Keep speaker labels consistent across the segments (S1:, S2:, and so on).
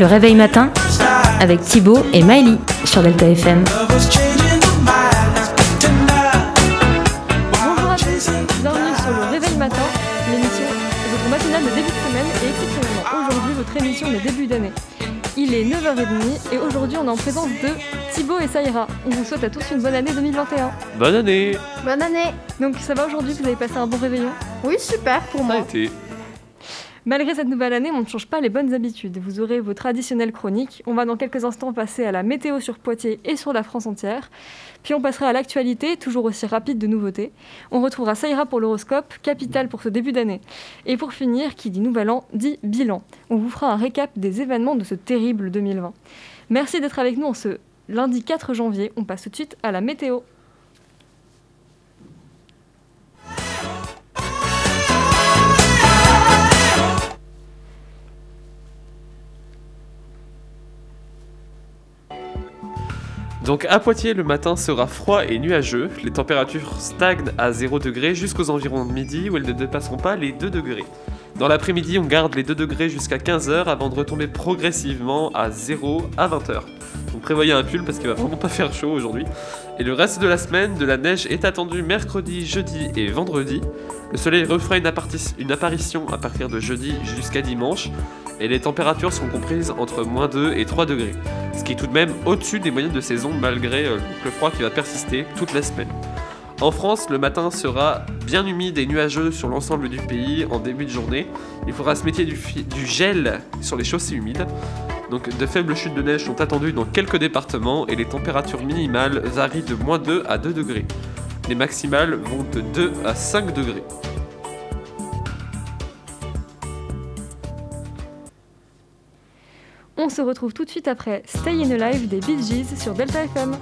S1: Le réveil matin avec Thibaut et Maëlie sur Delta FM.
S2: Bonjour à tous, bienvenue sur le réveil matin, l'émission, votre matinale de début de semaine et exceptionnellement aujourd'hui votre émission de début d'année. Il est 9h30 et aujourd'hui on est en présence de Thibaut et Saïra. On vous souhaite à tous une bonne année 2021.
S3: Bonne année.
S4: Bonne année.
S2: Donc ça va aujourd'hui, vous avez passé un bon réveillon?
S4: Oui, super pour
S3: Ça a
S4: moi.
S3: été.
S2: Malgré cette nouvelle année, on ne change pas les bonnes habitudes. Vous aurez vos traditionnelles chroniques. On va dans quelques instants passer à la météo sur Poitiers et sur la France entière. Puis on passera à l'actualité, toujours aussi rapide de nouveautés. On retrouvera Saïra pour l'horoscope, Capital pour ce début d'année. Et pour finir, qui dit nouvel an, dit bilan. On vous fera un récap des événements de ce terrible 2020. Merci d'être avec nous en ce lundi 4 janvier. On passe tout de suite à la météo.
S3: Donc à Poitiers, le matin sera froid et nuageux. Les températures stagnent à 0 degrés jusqu'aux environs de midi où elles ne dépasseront pas les 2 degrés. Dans l'après-midi, on garde les 2 degrés jusqu'à 15h avant de retomber progressivement à 0 à 20h. Donc prévoyez un pull parce qu'il va vraiment pas faire chaud aujourd'hui. Et le reste de la semaine, de la neige est attendu mercredi, jeudi et vendredi. Le soleil refera une apparition à partir de jeudi jusqu'à dimanche. Et les températures sont comprises entre -2 et 3 degrés. Ce qui est tout de même au-dessus des moyennes de saison malgré le froid qui va persister toute la semaine. En France, le matin sera bien humide et nuageux sur l'ensemble du pays en début de journée. Il faudra se méfier du gel sur les chaussées humides. Donc de faibles chutes de neige sont attendues dans quelques départements et les températures minimales varient de -2 à 2 degrés. Les maximales vont de 2 à 5 degrés.
S2: On se retrouve tout de suite après Stay in Alive des Bee Gees sur Delta FM.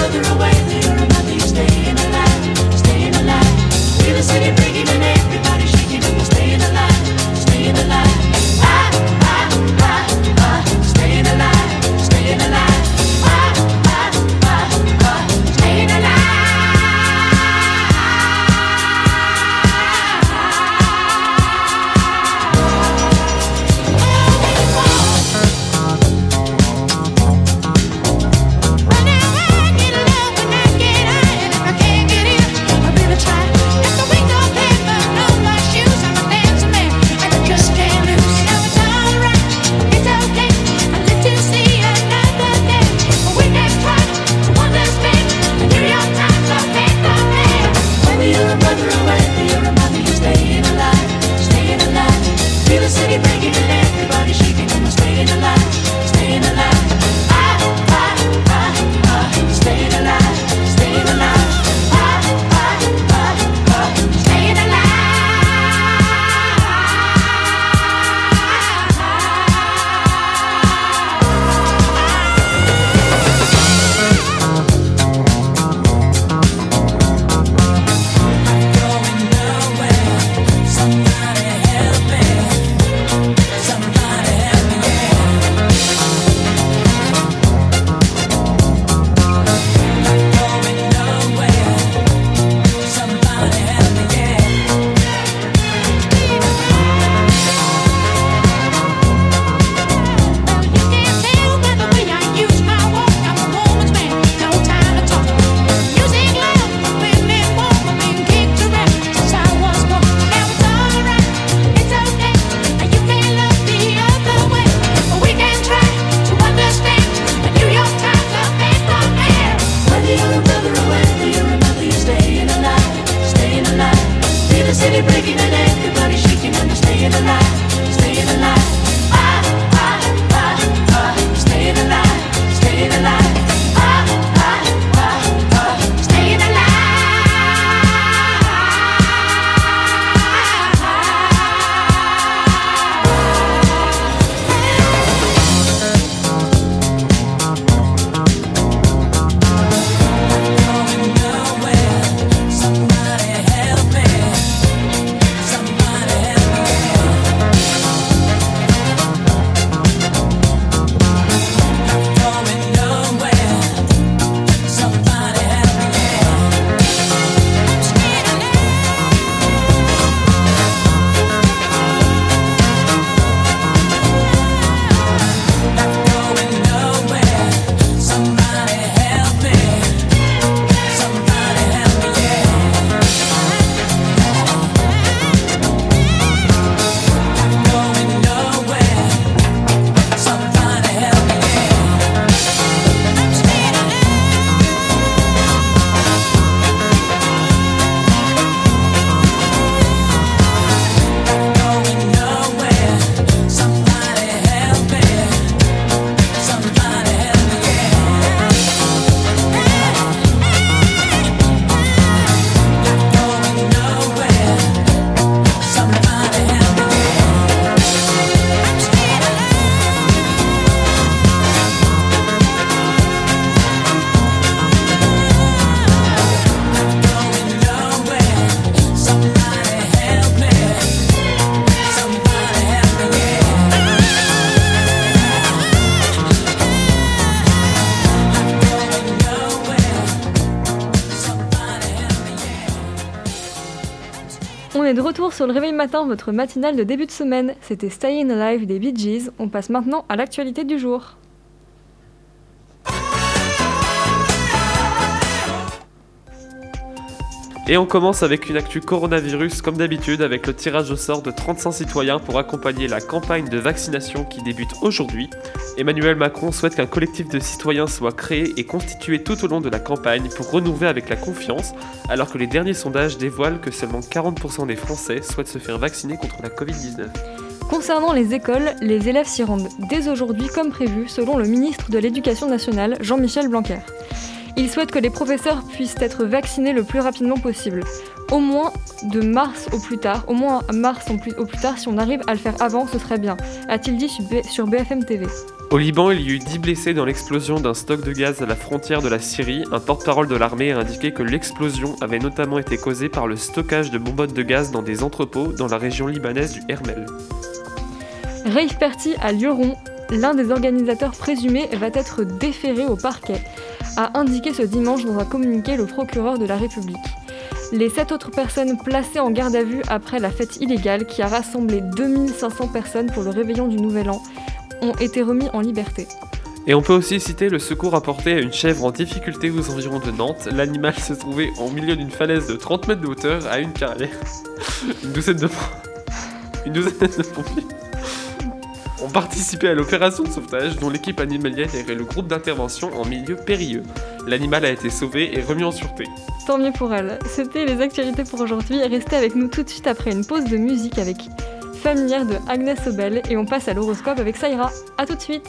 S5: City breaking and everybody
S2: est de retour sur le Réveil Matin, votre matinale de début de semaine. C'était Stayin' Alive des Bee Gees. On passe maintenant à l'actualité du jour.
S3: Et on commence avec une actu coronavirus comme d'habitude avec le tirage au sort de 35 citoyens pour accompagner la campagne de vaccination qui débute aujourd'hui. Emmanuel Macron souhaite qu'un collectif de citoyens soit créé et constitué tout au long de la campagne pour renouveler avec la confiance, alors que les derniers sondages dévoilent que seulement 40% des Français souhaitent se faire vacciner contre la Covid-19.
S2: Concernant les écoles, les élèves s'y rendent dès aujourd'hui comme prévu, selon le ministre de l'Éducation nationale, Jean-Michel Blanquer. Il souhaite que les professeurs puissent être vaccinés le plus rapidement possible, au moins mars au plus tard. Si on arrive à le faire avant, ce serait bien, a-t-il dit sur BFM TV.
S3: Au Liban, il y a eu 10 blessés dans l'explosion d'un stock de gaz à la frontière de la Syrie. Un porte-parole de l'armée a indiqué que l'explosion avait notamment été causée par le stockage de bonbonnes de gaz dans des entrepôts dans la région libanaise du Hermel.
S2: Rave Party à Lyon, l'un des organisateurs présumés va être déféré au parquet, a indiqué ce dimanche dans un communiqué le procureur de la République. Les 7 autres personnes placées en garde à vue après la fête illégale qui a rassemblé 2500 personnes pour le réveillon du Nouvel An ont été remis en liberté.
S3: Et on peut aussi citer le secours apporté à une chèvre en difficulté aux environs de Nantes. L'animal se trouvait au milieu d'une falaise de 30 mètres de hauteur à une carrière. Une douzaine de pompiers ont participé à l'opération de sauvetage dont l'équipe animalière et le groupe d'intervention en milieu périlleux. L'animal a été sauvé et remis en sûreté.
S2: Tant mieux pour elle. C'était les actualités pour aujourd'hui. Restez avec nous tout de suite après une pause de musique avec Familière de Agnès Obel et on passe à l'horoscope avec Saïra. A tout de suite.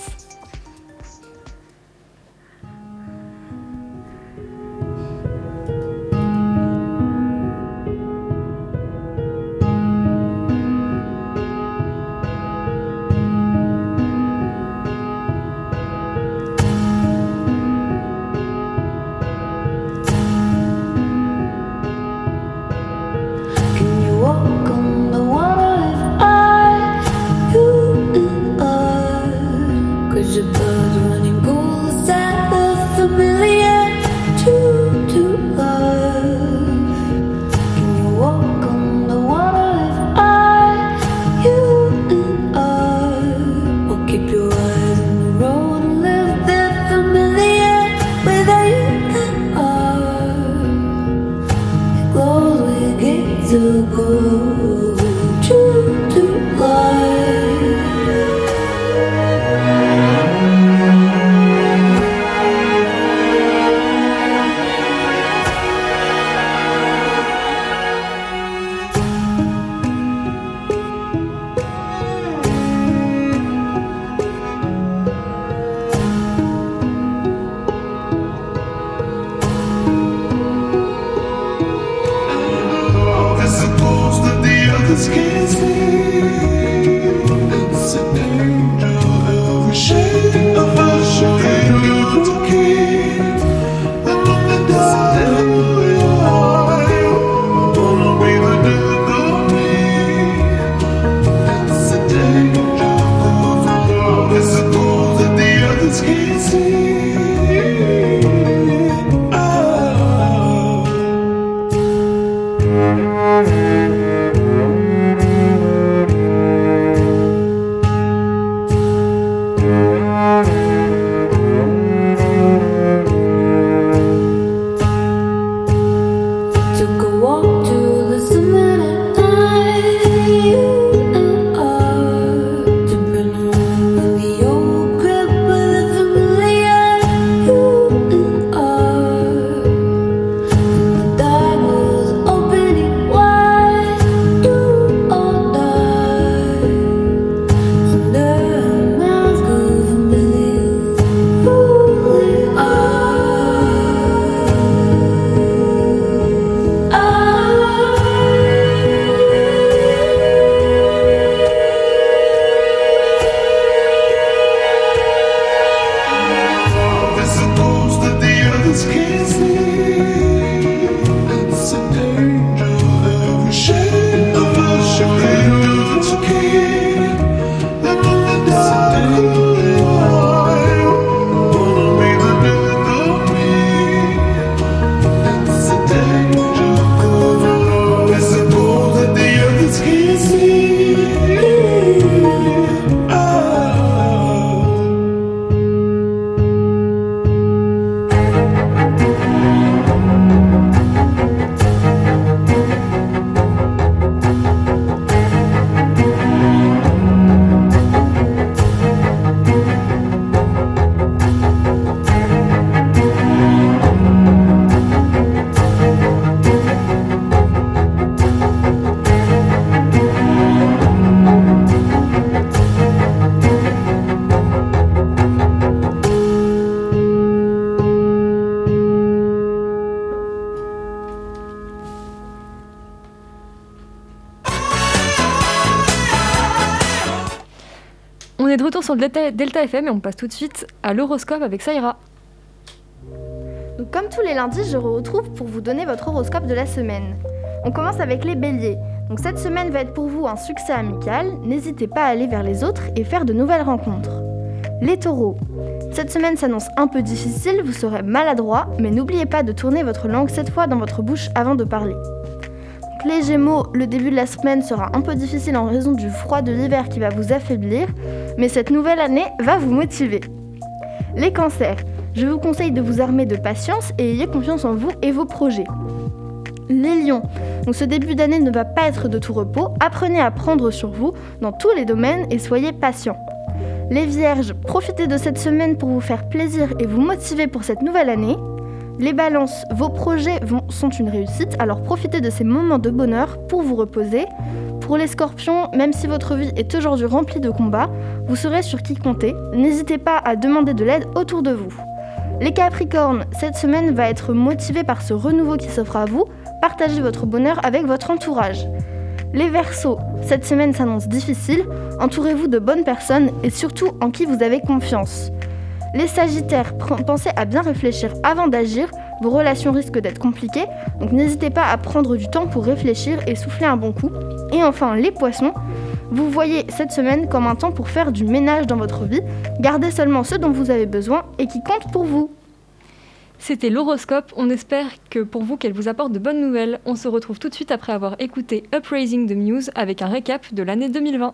S2: retour sur le Delta FM et on passe tout de suite à l'horoscope avec Saïra.
S4: Donc, comme tous les lundis, je vous retrouve pour vous donner votre horoscope de la semaine. On commence avec les béliers. Donc cette semaine va être pour vous un succès amical, n'hésitez pas à aller vers les autres et faire de nouvelles rencontres. Les taureaux. Cette semaine s'annonce un peu difficile, vous serez maladroit, mais n'oubliez pas de tourner votre langue 7 fois dans votre bouche avant de parler. Donc les gémeaux, le début de la semaine sera un peu difficile en raison du froid de l'hiver qui va vous affaiblir, mais cette nouvelle année va vous motiver. Les cancers. Je vous conseille de vous armer de patience et ayez confiance en vous et vos projets. Les lions. Donc ce début d'année ne va pas être de tout repos, apprenez à prendre sur vous dans tous les domaines et soyez patients. Les vierges, profitez de cette semaine pour vous faire plaisir et vous motiver pour cette nouvelle année. Les balances, vos projets sont une réussite, alors profitez de ces moments de bonheur pour vous reposer. Pour les scorpions, même si votre vie est aujourd'hui remplie de combats, vous saurez sur qui compter, n'hésitez pas à demander de l'aide autour de vous. Les capricornes, cette semaine va être motivée par ce renouveau qui s'offre à vous, partagez votre bonheur avec votre entourage. Les Verseaux, cette semaine s'annonce difficile, entourez-vous de bonnes personnes et surtout en qui vous avez confiance. Les Sagittaires, pensez à bien réfléchir avant d'agir, vos relations risquent d'être compliquées, donc n'hésitez pas à prendre du temps pour réfléchir et souffler un bon coup. Et enfin les Poissons, vous voyez cette semaine comme un temps pour faire du ménage dans votre vie, gardez seulement ce dont vous avez besoin et qui compte pour vous.
S2: C'était l'horoscope, on espère que pour vous qu'elle vous apporte de bonnes nouvelles. On se retrouve tout de suite après avoir écouté Uprising de Muse avec un récap de l'année 2020.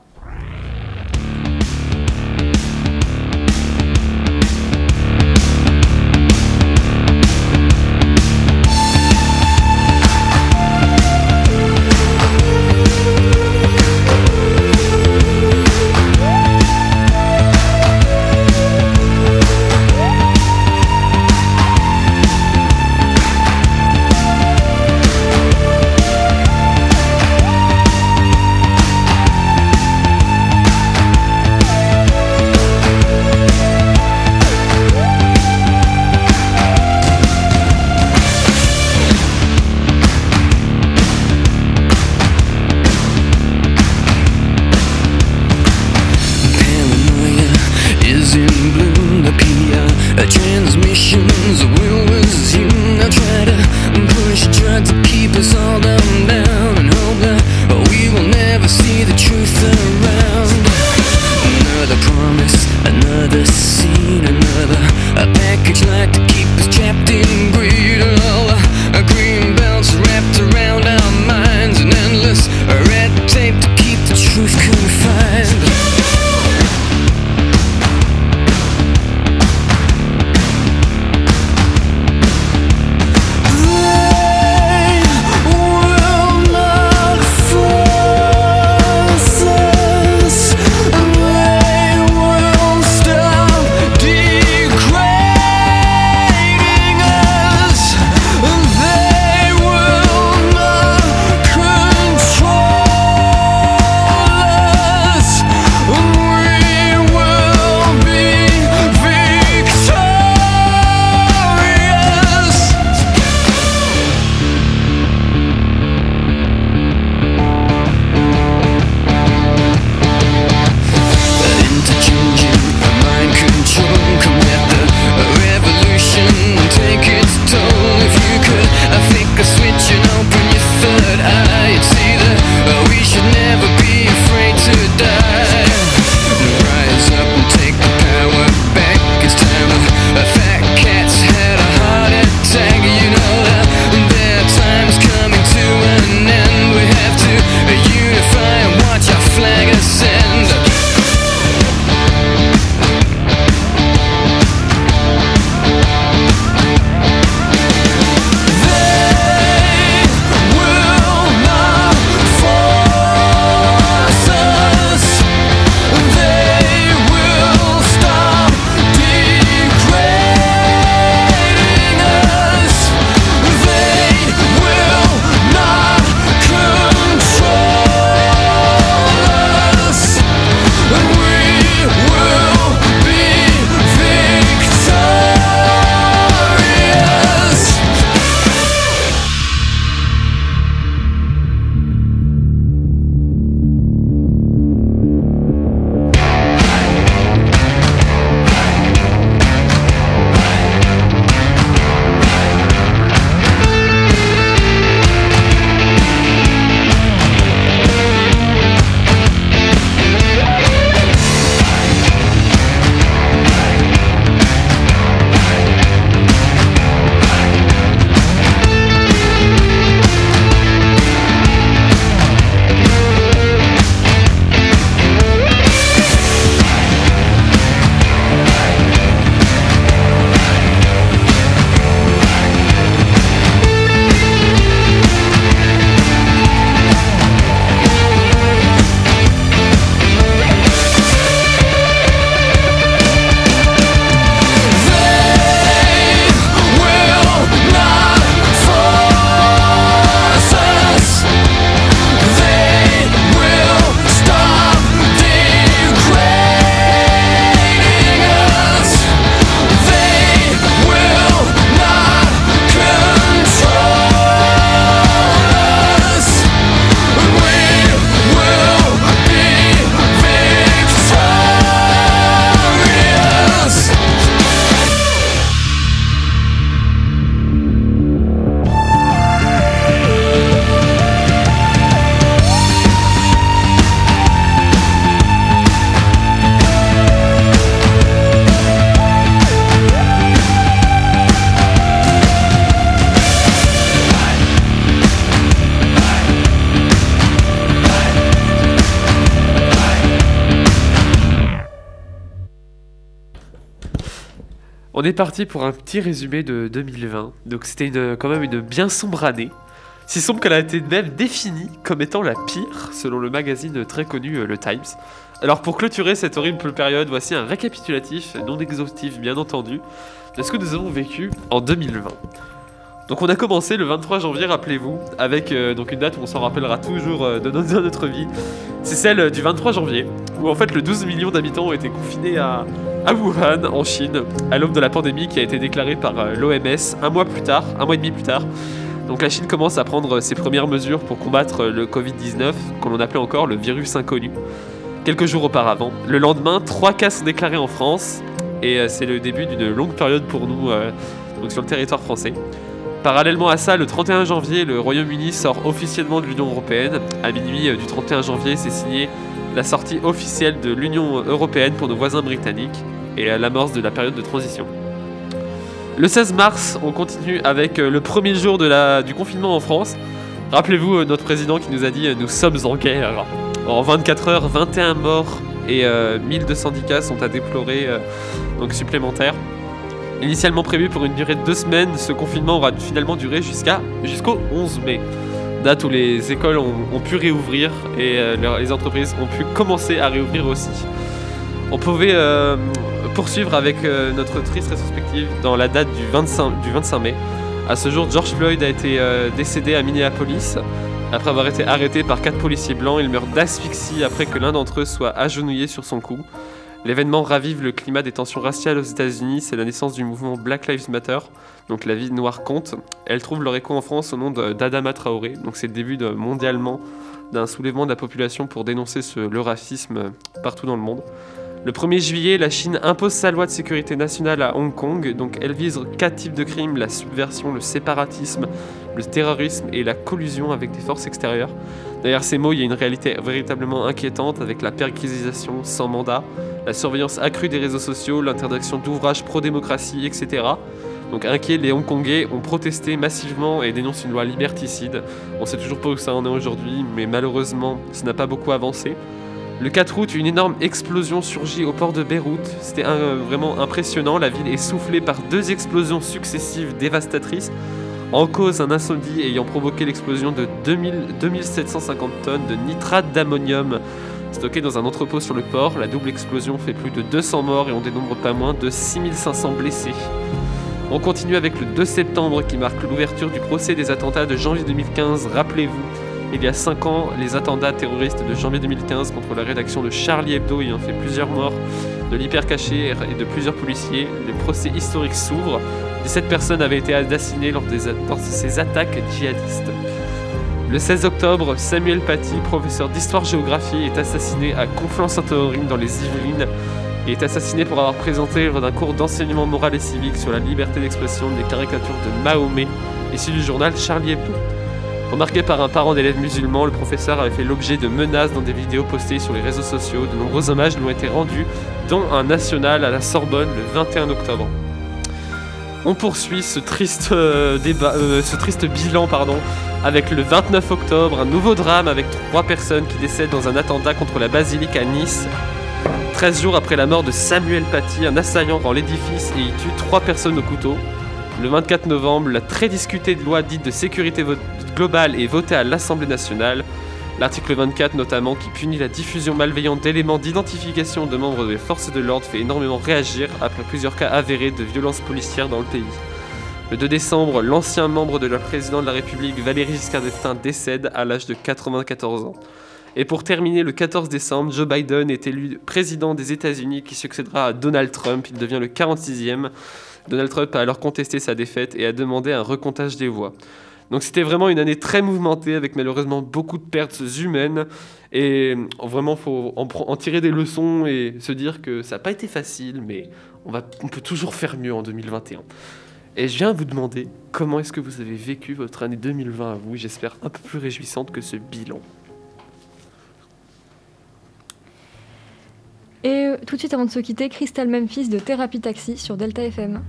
S3: On est parti pour un petit résumé de 2020. Donc c'était quand même une bien sombre année. Si sombre qu'elle a été même définie comme étant la pire, selon le magazine très connu le Times. Alors pour clôturer cette horrible période, voici un récapitulatif, non exhaustif bien entendu, de ce que nous avons vécu en 2020. Donc on a commencé le 23 janvier, rappelez-vous, avec donc une date où on s'en rappellera toujours de notre vie. C'est celle du 23 janvier, où en fait le 12 millions d'habitants ont été confinés à Wuhan, en Chine, à l'aube de la pandémie qui a été déclarée par l'OMS un mois et demi plus tard. Donc la Chine commence à prendre ses premières mesures pour combattre le Covid-19, qu'on l'on appelait encore le virus inconnu. Quelques jours auparavant, le lendemain, 3 cas sont déclarés en France, et c'est le début d'une longue période pour nous donc sur le territoire français. Parallèlement à ça, le 31 janvier, le Royaume-Uni sort officiellement de l'Union Européenne. À minuit du 31 janvier, c'est signé la sortie officielle de l'Union Européenne pour nos voisins britanniques et l'amorce de la période de transition. Le 16 mars, on continue avec le premier jour du confinement en France. Rappelez-vous notre président qui nous a dit « Nous sommes en guerre ». En 24 heures, 21 morts et 1210 cas sont à déplorer donc supplémentaires. Initialement prévu pour une durée de 2 semaines, ce confinement aura finalement duré jusqu'au 11 mai. Date où les écoles ont pu réouvrir et les entreprises ont pu commencer à réouvrir aussi. On pouvait poursuivre avec notre triste rétrospective dans la date du 25 mai. À ce jour, George Floyd a été décédé à Minneapolis. Après avoir été arrêté par 4 policiers blancs, il meurt d'asphyxie après que l'un d'entre eux soit agenouillé sur son cou. L'événement ravive le climat des tensions raciales aux États-Unis. C'est la naissance du mouvement Black Lives Matter, donc la vie noire compte. Elle trouve leur écho en France au nom d'Adama Traoré, donc c'est le début mondialement d'un soulèvement de la population pour dénoncer le racisme partout dans le monde. Le 1er juillet, la Chine impose sa loi de sécurité nationale à Hong Kong, donc elle vise 4 types de crimes, la subversion, le séparatisme, le terrorisme et la collusion avec des forces extérieures. Derrière ces mots, il y a une réalité véritablement inquiétante avec la perquisition sans mandat, la surveillance accrue des réseaux sociaux, l'interdiction d'ouvrages pro-démocratie, etc. Donc inquiets, les Hongkongais ont protesté massivement et dénoncent une loi liberticide. On sait toujours pas où ça en est aujourd'hui, mais malheureusement, ça n'a pas beaucoup avancé. Le 4 août, une énorme explosion surgit au port de Beyrouth. C'était vraiment impressionnant. La ville est soufflée par 2 explosions successives dévastatrices. En cause, un incendie ayant provoqué l'explosion de 2750 tonnes de nitrate d'ammonium stocké dans un entrepôt sur le port. La double explosion fait plus de 200 morts et on dénombre pas moins de 6500 blessés. On continue avec le 2 septembre qui marque l'ouverture du procès des attentats de janvier 2015. Rappelez-vous, il y a 5 ans, les attentats terroristes de janvier 2015 contre la rédaction de Charlie Hebdo ayant fait plusieurs morts, de l'hypercacher et de plusieurs policiers. Les procès historiques s'ouvrent. 17 personnes avaient été assassinées lors de ces attaques djihadistes. Le 16 octobre, Samuel Paty, professeur d'histoire-géographie, est assassiné à Conflans-Sainte-Honorine dans les Yvelines. Il est assassiné pour avoir présenté lors d'un cours d'enseignement moral et civique sur la liberté d'expression des caricatures de Mahomet, issues du journal Charlie Hebdo. Remarqué par un parent d'élèves musulmans, le professeur avait fait l'objet de menaces dans des vidéos postées sur les réseaux sociaux. De nombreux hommages lui ont été rendus, dont un national à la Sorbonne le 21 octobre. On poursuit ce triste bilan avec le 29 octobre, un nouveau drame avec 3 personnes qui décèdent dans un attentat contre la basilique à Nice. 13 jours après la mort de Samuel Paty, un assaillant rend l'édifice et y tue 3 personnes au couteau. Le 24 novembre, la très discutée loi dite de sécurité globale est votée à l'Assemblée nationale. L'article 24 notamment, qui punit la diffusion malveillante d'éléments d'identification de membres des forces de l'ordre, fait énormément réagir après plusieurs cas avérés de violences policières dans le pays. Le 2 décembre, l'ancien membre de la présidente de la République, Valéry Giscard d'Estaing, décède à l'âge de 94 ans. Et pour terminer, le 14 décembre, Joe Biden est élu président des États-Unis qui succédera à Donald Trump. Il devient le 46e. Donald Trump a alors contesté sa défaite et a demandé un recomptage des voix. Donc c'était vraiment une année très mouvementée avec malheureusement beaucoup de pertes humaines et vraiment il faut en tirer des leçons et se dire que ça n'a pas été facile mais on peut toujours faire mieux en 2021. Et je viens vous demander comment est-ce que vous avez vécu votre année 2020 à vous, j'espère un peu plus réjouissante que ce bilan.
S2: Et tout de suite avant de se quitter, Crystal Memphis de Thérapie Taxi sur Delta FM.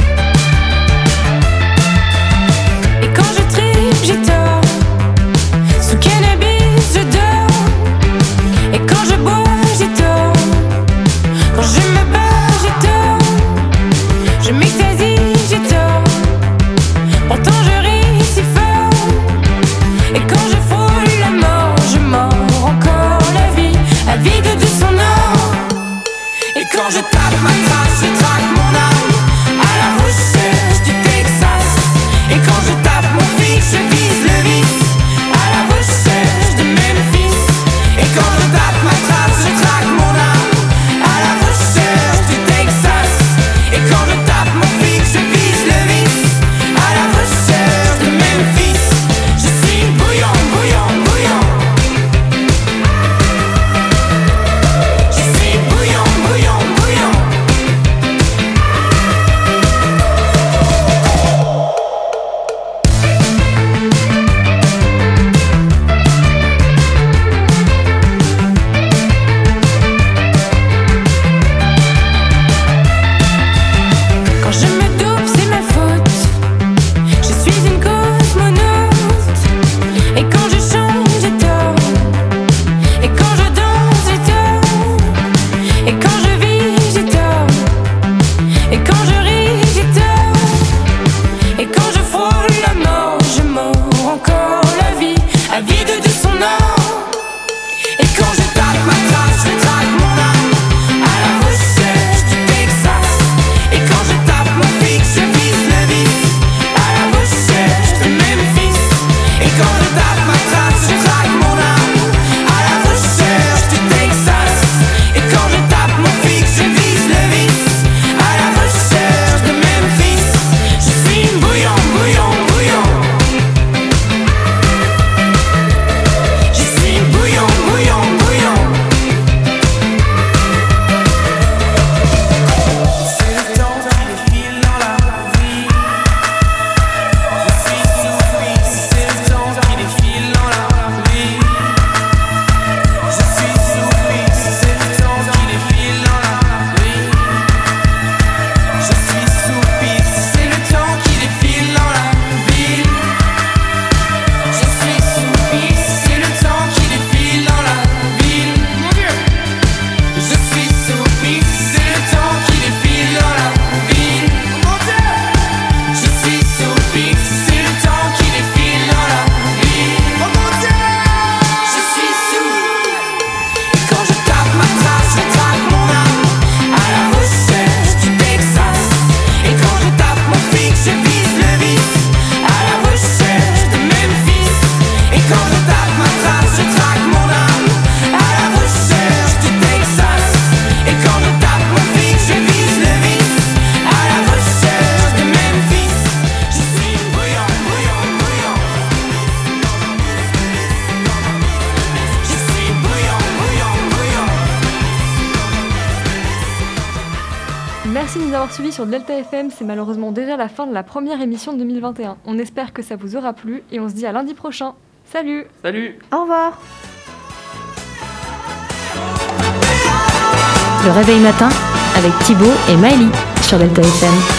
S5: Et quand je tripe, j'ai tort. tape ma trace, je traque mon âme à la recherche du Texas. Et quand je tape mon fixe, je vise le vice à la recherche de Memphis. Et quand je tape ma trace, je traque mon âme à la recherche du Texas. Et quand je tape mon fixe, je vise le vice à la recherche de Memphis. Je suis bouillant, bouillant, bouillant. Je suis bouillant, bouillant, bouillant. Quand je me dope, c'est ma faute. Je suis une cosmonaute. Et quand je chante, j'ai tort. Et quand je danse, j'ai tort. Et quand je vis, j'ai tort. Et quand je ris, j'ai tort. Et quand je frôle la mort, je mords encore la vie, avide de son or. Et quand je tape ma trace, je traque mon âme à la recherche du Texas. Et quand je tape mon fixe, je vise le vice à la recherche de Memphis. Et quand je tape ma trace, je traque mon âme à la recherche du Texas. Et quand je tape mon fixe, je vise le vice à la recherche de Memphis. Je suis bouillant, bouillant, bouillant. Je suis bouillant, bouillant, bouillant. C'est le temps qui défile dans la vie. Je suis sous fixe. C'est le temps qui défile dans la vie. Je suis sous fixe. C'est le temps qui défile dans la vie. Je suis sous fixe. C'est le temps qui défile dans la ville. Je suis sous fixe. C'est le temps qui défile dans la ville. Mon Dieu. Je suis sous fixe. C'est le temps qui défile dans la ville. Mon Dieu. Je suis sous fixe. C'est le temps qui défile dans la ville. Oh mon Dieu. Je suis sous. Et quand je tape ma trace, je traque mon âme à la recherche du Texas. Et quand je tape mon fixe, je vise le vice à la recherche de Memphis. Et quand je tape ma trace, je traque mon âme à la recherche du Texas. Et quand je tape mon fixe, je vise le vice à la recherche de Memphis. Je suis bouillant, bouillant, bouillant. Je suis bouillant, bouillant, bouillant.
S2: Merci de nous avoir suivis sur Delta FM. C'est malheureusement déjà la fin de la première émission de 2021. On espère que ça vous aura plu et on se dit à lundi prochain. Salut!
S3: Salut!
S4: Au revoir.
S1: Le réveil matin avec Thibaut et Maëlie sur Delta FM.